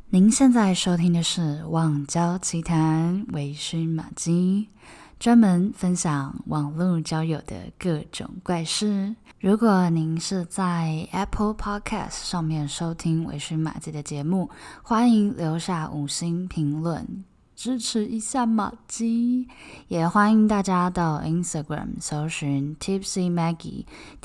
您现在收听的是网交奇谈微醺马基，专门分享网络交友的各种怪事。如果您是在 Apple Podcast 上面收听微醺马基的节目，欢迎留下5星评论支持一下马基，也欢迎大家到 Instagram 搜寻 Tipsy Maggie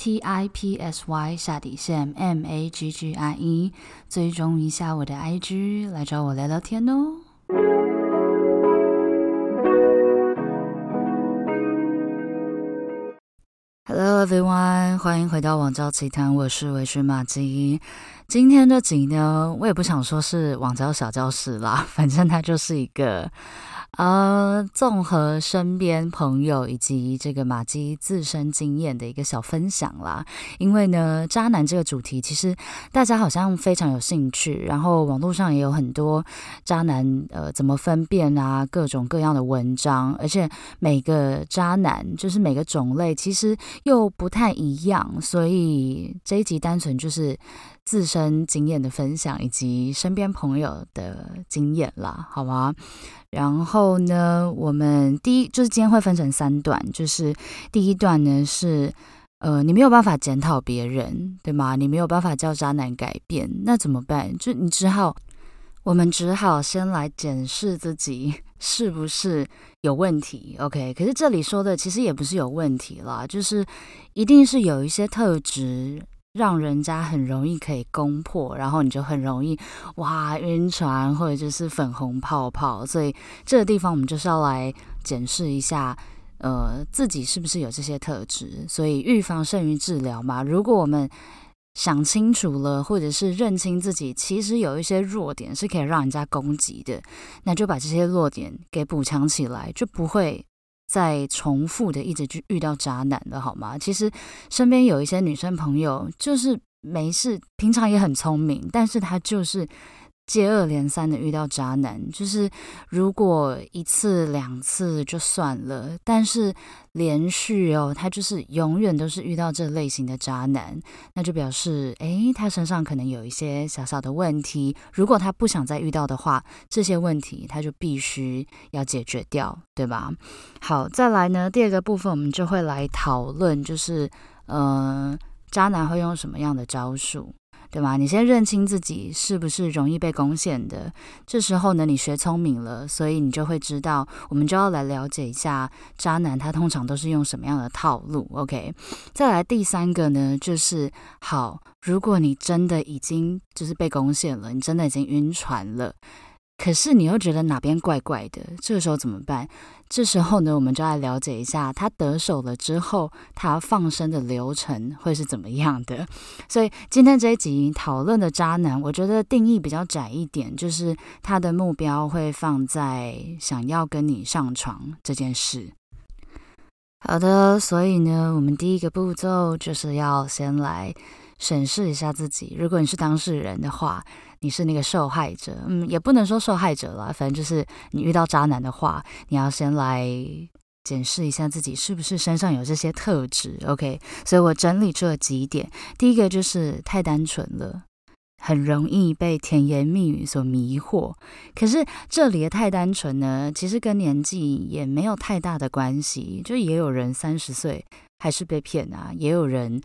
TIPSY_MAGGIE， 追踪一下我的 IG， 来找我聊聊天哦。Hello everyone， 欢迎回到网交奇谈，我是微醺马基。今天这集呢，我也不想说是网交小教室啦，反正它就是一个综合身边朋友以及这个马基自身经验的一个小分享啦。因为呢，渣男这个主题其实大家好像非常有兴趣，然后网络上也有很多渣男怎么分辨啊，各种各样的文章，而且每个渣男就是每个种类其实又不太一样，所以这一集单纯就是自身经验的分享以及身边朋友的经验啦，好吗？然后呢，我们就是今天会分成3段，就是第一段呢是你没有办法检讨别人，对吗？你没有办法叫渣男改变，那怎么办？就我们只好先来检视自己是不是有问题 ，OK？ 可是这里说的其实也不是有问题啦，就是一定是有一些特质让人家很容易可以攻破，然后你就很容易晕船或者就是粉红泡泡，所以这个地方我们就是要来检视一下自己是不是有这些特质，所以预防胜于治疗嘛。如果我们想清楚了，或者是认清自己其实有一些弱点是可以让人家攻击的，那就把这些弱点给补强起来，就不会再重复的一直去遇到渣男了，好吗？其实身边有一些女生朋友就是没事，平常也很聪明，但是她就是接二连三的遇到渣男，就是如果1次2次就算了，但是连续他就是永远都是遇到这类型的渣男，那就表示他身上可能有一些小小的问题，如果他不想再遇到的话，这些问题他就必须要解决掉，对吧？好，再来呢，第2个部分我们就会来讨论，就是渣男会用什么样的招数，对吗？你先认清自己是不是容易被攻陷的，这时候呢，你学聪明了，所以你就会知道，我们就要来了解一下渣男他通常都是用什么样的套路 ，OK？ 再来第3个呢，就是好，如果你真的已经就是被攻陷了，你真的已经晕船了，可是你又觉得哪边怪怪的，这个时候怎么办？这时候呢，我们就来了解一下他得手了之后，他放生的流程会是怎么样的。所以今天这一集讨论的渣男，我觉得定义比较窄一点，就是他的目标会放在想要跟你上床这件事。好的，所以呢，我们第1个步骤就是要先来审视一下自己。如果你是当事人的话，你是那个受害者，也不能说受害者啦，反正就是你遇到渣男的话，你要先来检视一下自己是不是身上有这些特质 ，OK？ 所以我整理出了几点，第1个就是太单纯了，很容易被甜言蜜语所迷惑。可是这里的太单纯呢，其实跟年纪也没有太大的关系，就也有人30岁还是被骗啊，也有人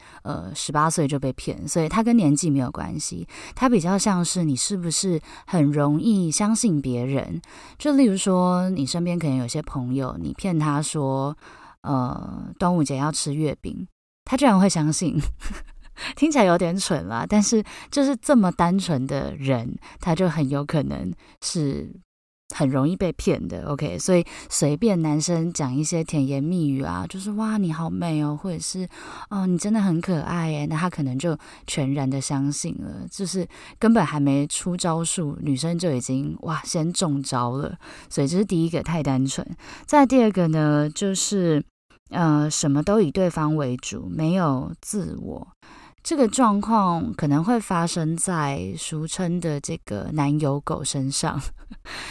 18岁就被骗，所以它跟年纪没有关系，它比较像是你是不是很容易相信别人。就例如说，你身边可能有些朋友，你骗他说端午节要吃月饼，他居然会相信。听起来有点蠢啦，但是就是这么单纯的人，他就很有可能是很容易被骗的 ，OK？ 所以随便男生讲一些甜言蜜语啊，就是哇你好美哦，或者是你真的很可爱耶，那他可能就全然的相信了，就是根本还没出招数，女生就已经先中招了。所以这是第1个，太单纯。再来第2个呢，就是什么都以对方为主，没有自我。这个状况可能会发生在俗称的这个男友狗身上，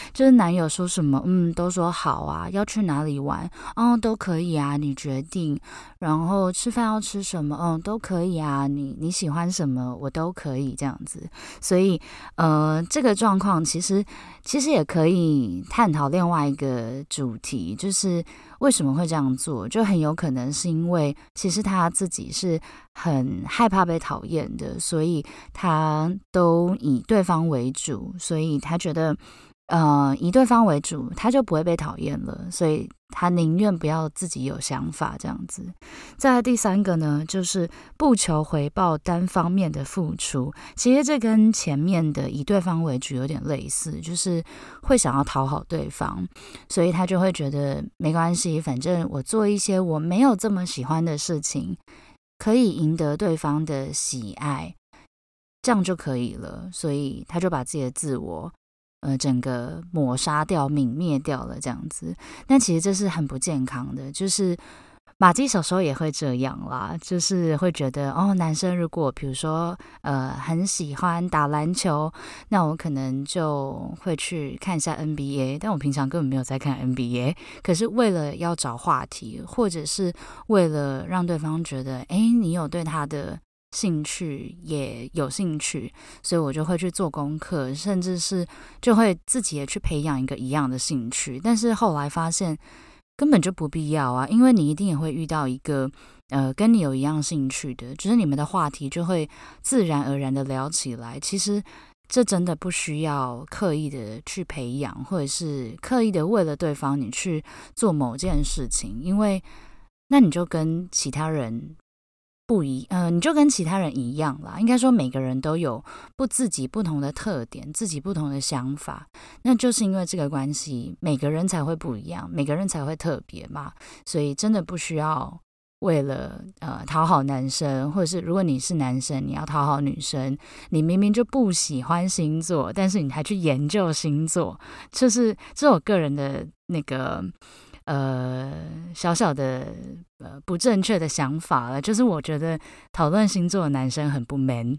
就是男友说什么都说好啊，要去哪里玩都可以啊，你决定，然后吃饭要吃什么都可以啊，你喜欢什么我都可以这样子。所以这个状况其实也可以探讨另外一个主题，就是为什么会这样做，就很有可能是因为其实他自己是很害怕被讨厌的，所以他都以对方为主，所以他觉得以对方为主，他就不会被讨厌了，所以他宁愿不要自己有想法这样子。再来第三个呢，就是不求回报，单方面的付出。其实这跟前面的以对方为主有点类似，就是会想要讨好对方，所以他就会觉得没关系，反正我做一些我没有这么喜欢的事情，可以赢得对方的喜爱，这样就可以了。所以他就把自己的自我整个抹杀掉、泯灭掉了这样子。但其实这是很不健康的，就是马基小时候也会这样啦，就是会觉得男生如果比如说很喜欢打篮球，那我可能就会去看一下 NBA， 但我平常根本没有在看 NBA， 可是为了要找话题，或者是为了让对方觉得你有对他的兴趣也有兴趣，所以我就会去做功课，甚至是就会自己也去培养一个一样的兴趣。但是后来发现根本就不必要啊，因为你一定也会遇到一个跟你有一样兴趣的，就是你们的话题就会自然而然的聊起来。其实这真的不需要刻意的去培养，或者是刻意的为了对方你去做某件事情，因为那你就跟其他人你就跟其他人一样啦。应该说每个人都有自己不同的特点，自己不同的想法，那就是因为这个关系，每个人才会不一样，每个人才会特别嘛。所以真的不需要为了讨好男生，或者是如果你是男生你要讨好女生，你明明就不喜欢星座，但是你还去研究星座，就是这是我个人的那个小小的不正确的想法了，就是我觉得讨论星座的男生很不 man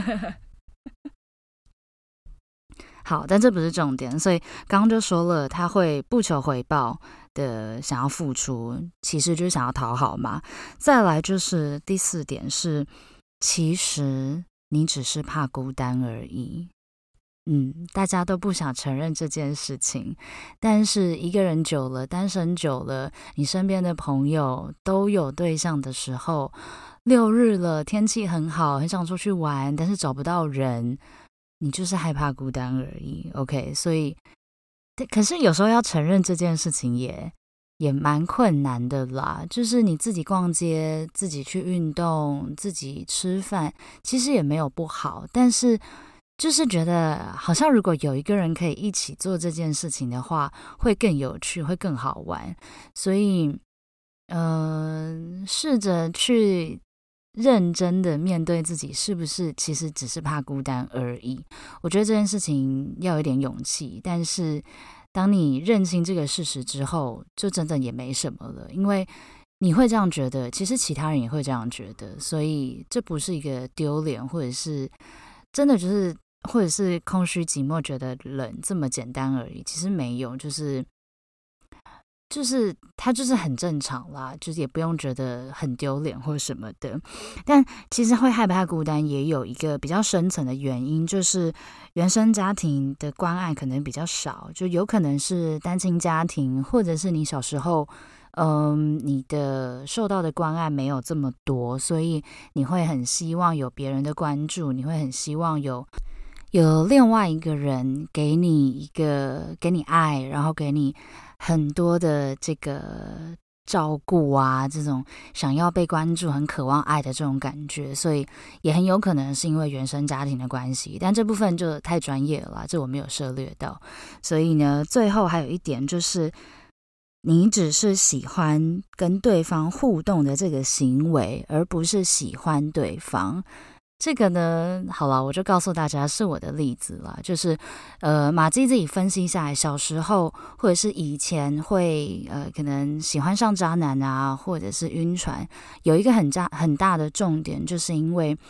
好，但这不是重点，所以刚刚就说了，他会不求回报的想要付出，其实就是想要讨好嘛。再来就是第四点是，其实你只是怕孤单而已。大家都不想承认这件事情，但是一个人久了，单身久了，你身边的朋友都有对象的时候，6日了，天气很好，很想出去玩，但是找不到人，你就是害怕孤单而已。OK， 所以，可是有时候要承认这件事情也蛮困难的啦，就是你自己逛街，自己去运动，自己吃饭，其实也没有不好，但是就是觉得好像如果有一个人可以一起做这件事情的话，会更有趣，会更好玩。所以试着去认真的面对自己是不是其实只是怕孤单而已。我觉得这件事情要有点勇气，但是当你认清这个事实之后，就真的也没什么了，因为你会这样觉得，其实其他人也会这样觉得，所以这不是一个丢脸，或者是真的就是或者是空虚寂寞觉得冷这么简单而已。其实没有，就是它就是很正常啦，就是也不用觉得很丢脸或什么的。但其实会害怕孤单也有一个比较深层的原因，就是原生家庭的关爱可能比较少，就有可能是单亲家庭，或者是你小时候你的受到的关爱没有这么多，所以你会很希望有别人的关注，你会很希望有另外一个人给你爱，然后给你很多的这个照顾啊，这种想要被关注、很渴望爱的这种感觉，所以也很有可能是因为原生家庭的关系，但这部分就太专业了啦，这我没有涉猎到。所以呢，最后还有一点就是，你只是喜欢跟对方互动的这个行为，而不是喜欢对方。这个呢，好了，我就告诉大家是我的例子啦，就是马基自己分析下来，小时候或者是以前会可能喜欢上渣男啊，或者是晕船，有一个很大的重点，就是因为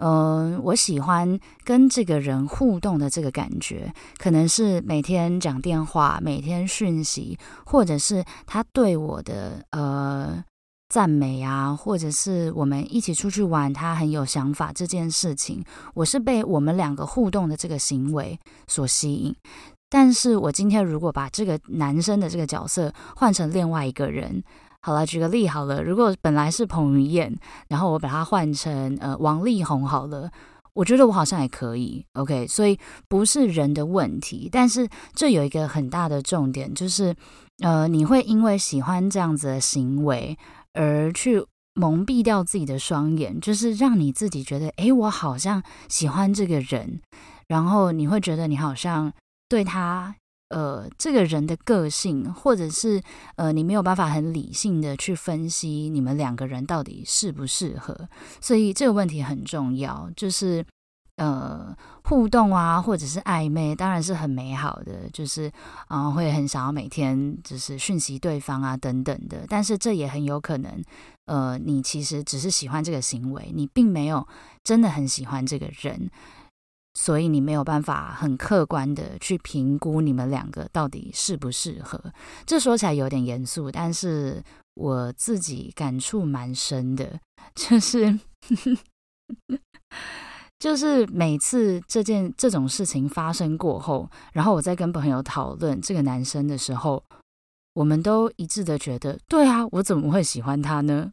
我喜欢跟这个人互动的这个感觉，可能是每天讲电话，每天讯息，或者是他对我的赞美啊，或者是我们一起出去玩，他很有想法这件事情，我是被我们两个互动的这个行为所吸引。但是我今天如果把这个男生的这个角色换成另外一个人，好了，举个例好了，如果本来是彭于晏，然后我把它换成王力宏好了，我觉得我好像也可以 ，OK， 所以不是人的问题，但是这有一个很大的重点，就是你会因为喜欢这样子的行为而去蒙蔽掉自己的双眼，就是让你自己觉得，诶，我好像喜欢这个人，然后你会觉得你好像对他这个人的个性，或者是你没有办法很理性的去分析你们两个人到底适不适合，所以这个问题很重要，就是互动啊，或者是暧昧，当然是很美好的，就是会很想要每天就是讯息对方啊等等的，但是这也很有可能你其实只是喜欢这个行为，你并没有真的很喜欢这个人。所以你没有办法很客观的去评估你们两个到底适不适合。这说起来有点严肃，但是我自己感触蛮深的，就是每次这种事情发生过后，然后我在跟朋友讨论这个男生的时候，我们都一致的觉得，对啊，我怎么会喜欢他呢？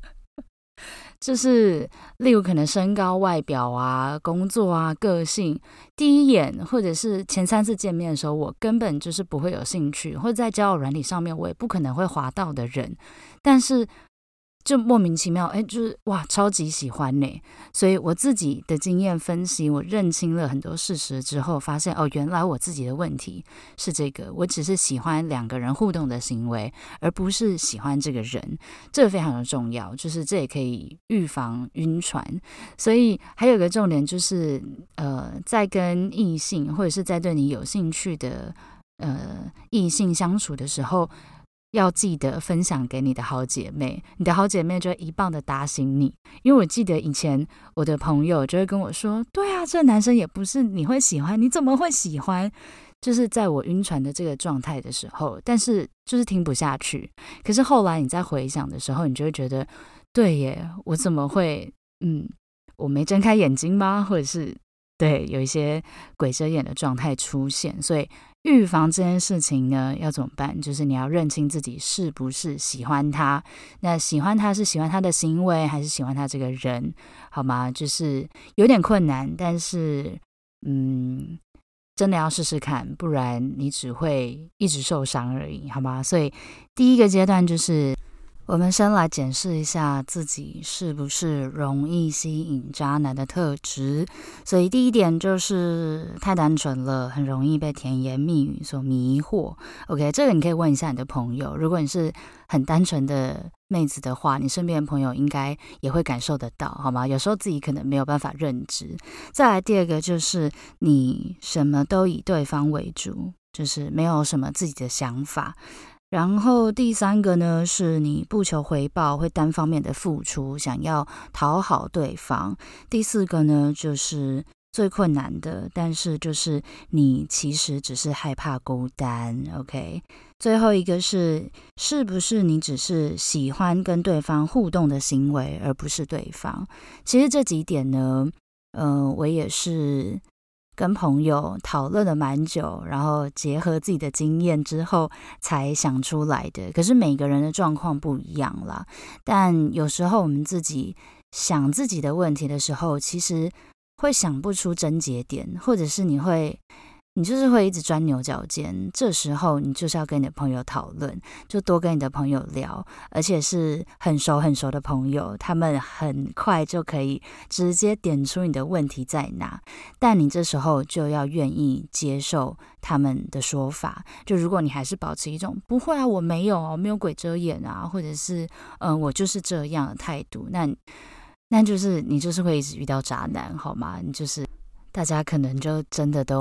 就是例如可能身高、外表啊、工作啊、个性，第一眼或者是前3次见面的时候，我根本就是不会有兴趣，或者在交友软体上面我也不可能会滑到的人，但是就莫名其妙，就是哇，超级喜欢呢。所以我自己的经验分析，我认清了很多事实之后，发现原来我自己的问题是这个，我只是喜欢两个人互动的行为，而不是喜欢这个人。这个非常的重要，就是这也可以预防晕船。所以还有一个重点就是，在跟异性或者是在对你有兴趣的异性相处的时候，要记得分享给你的好姐妹，你的好姐妹就会一棒的打醒你。因为我记得以前我的朋友就会跟我说，对啊，这男生也不是你会喜欢，你怎么会喜欢？就是在我晕船的这个状态的时候，但是就是听不下去。可是后来你在回想的时候，你就会觉得，对耶，我怎么会我没睁开眼睛吗？或者是对有一些鬼遮眼的状态出现。所以预防这件事情呢，要怎么办？就是你要认清自己是不是喜欢他。那喜欢他是喜欢他的行为，还是喜欢他这个人？好吗？就是有点困难，但是真的要试试看，不然你只会一直受伤而已，好吗？所以第一个阶段就是我们先来检视一下自己是不是容易吸引渣男的特质。所以第一点就是太单纯了，很容易被甜言蜜语所迷惑。OK， 这个你可以问一下你的朋友，如果你是很单纯的妹子的话，你身边的朋友应该也会感受得到，好吗？有时候自己可能没有办法认知。再来第二个就是你什么都以对方为主，就是没有什么自己的想法。然后第三个呢，是你不求回报，会单方面的付出，想要讨好对方。第四个呢，就是最困难的，但是就是你其实只是害怕孤单 ，OK。最后一个是不是你只是喜欢跟对方互动的行为，而不是对方？其实这几点呢，我也是跟朋友讨论了蛮久，然后结合自己的经验之后才想出来的。可是每个人的状况不一样啦，但有时候我们自己想自己的问题的时候，其实会想不出症结点，或者是你就是会一直钻牛角尖，这时候你就是要跟你的朋友讨论，就多跟你的朋友聊，而且是很熟很熟的朋友，他们很快就可以直接点出你的问题在哪，但你这时候就要愿意接受他们的说法。就如果你还是保持一种不会啊，我没有鬼遮眼啊，或者是我就是这样的态度，那就是你就是会一直遇到渣男，好吗？你就是大家可能就真的都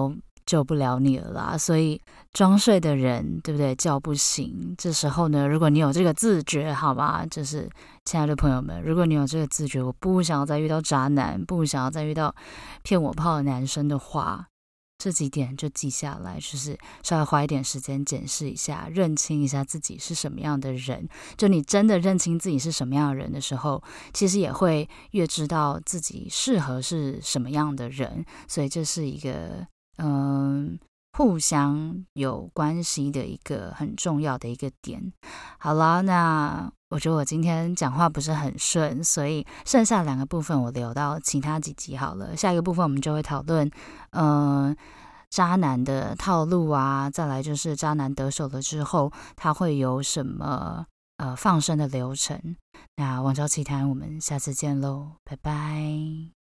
救不了你了啦。所以装睡的人，对不对？叫不醒。这时候呢，如果你有这个自觉，好吧，就是亲爱的朋友们，如果你有这个自觉，我不想要再遇到渣男，不想要再遇到骗我炮的男生的话，这几点就记下来，就是稍微花一点时间检视一下，认清一下自己是什么样的人。就你真的认清自己是什么样的人的时候，其实也会越知道自己适合是什么样的人。所以这是一个互相有关系的一个很重要的一个点。好啦，那我觉得我今天讲话不是很顺，所以剩下2个部分我留到其他几集好了。下一个部分我们就会讨论渣男的套路啊，再来就是渣男得手了之后他会有什么放生的流程。那王昭奇谈我们下次见喽，拜拜。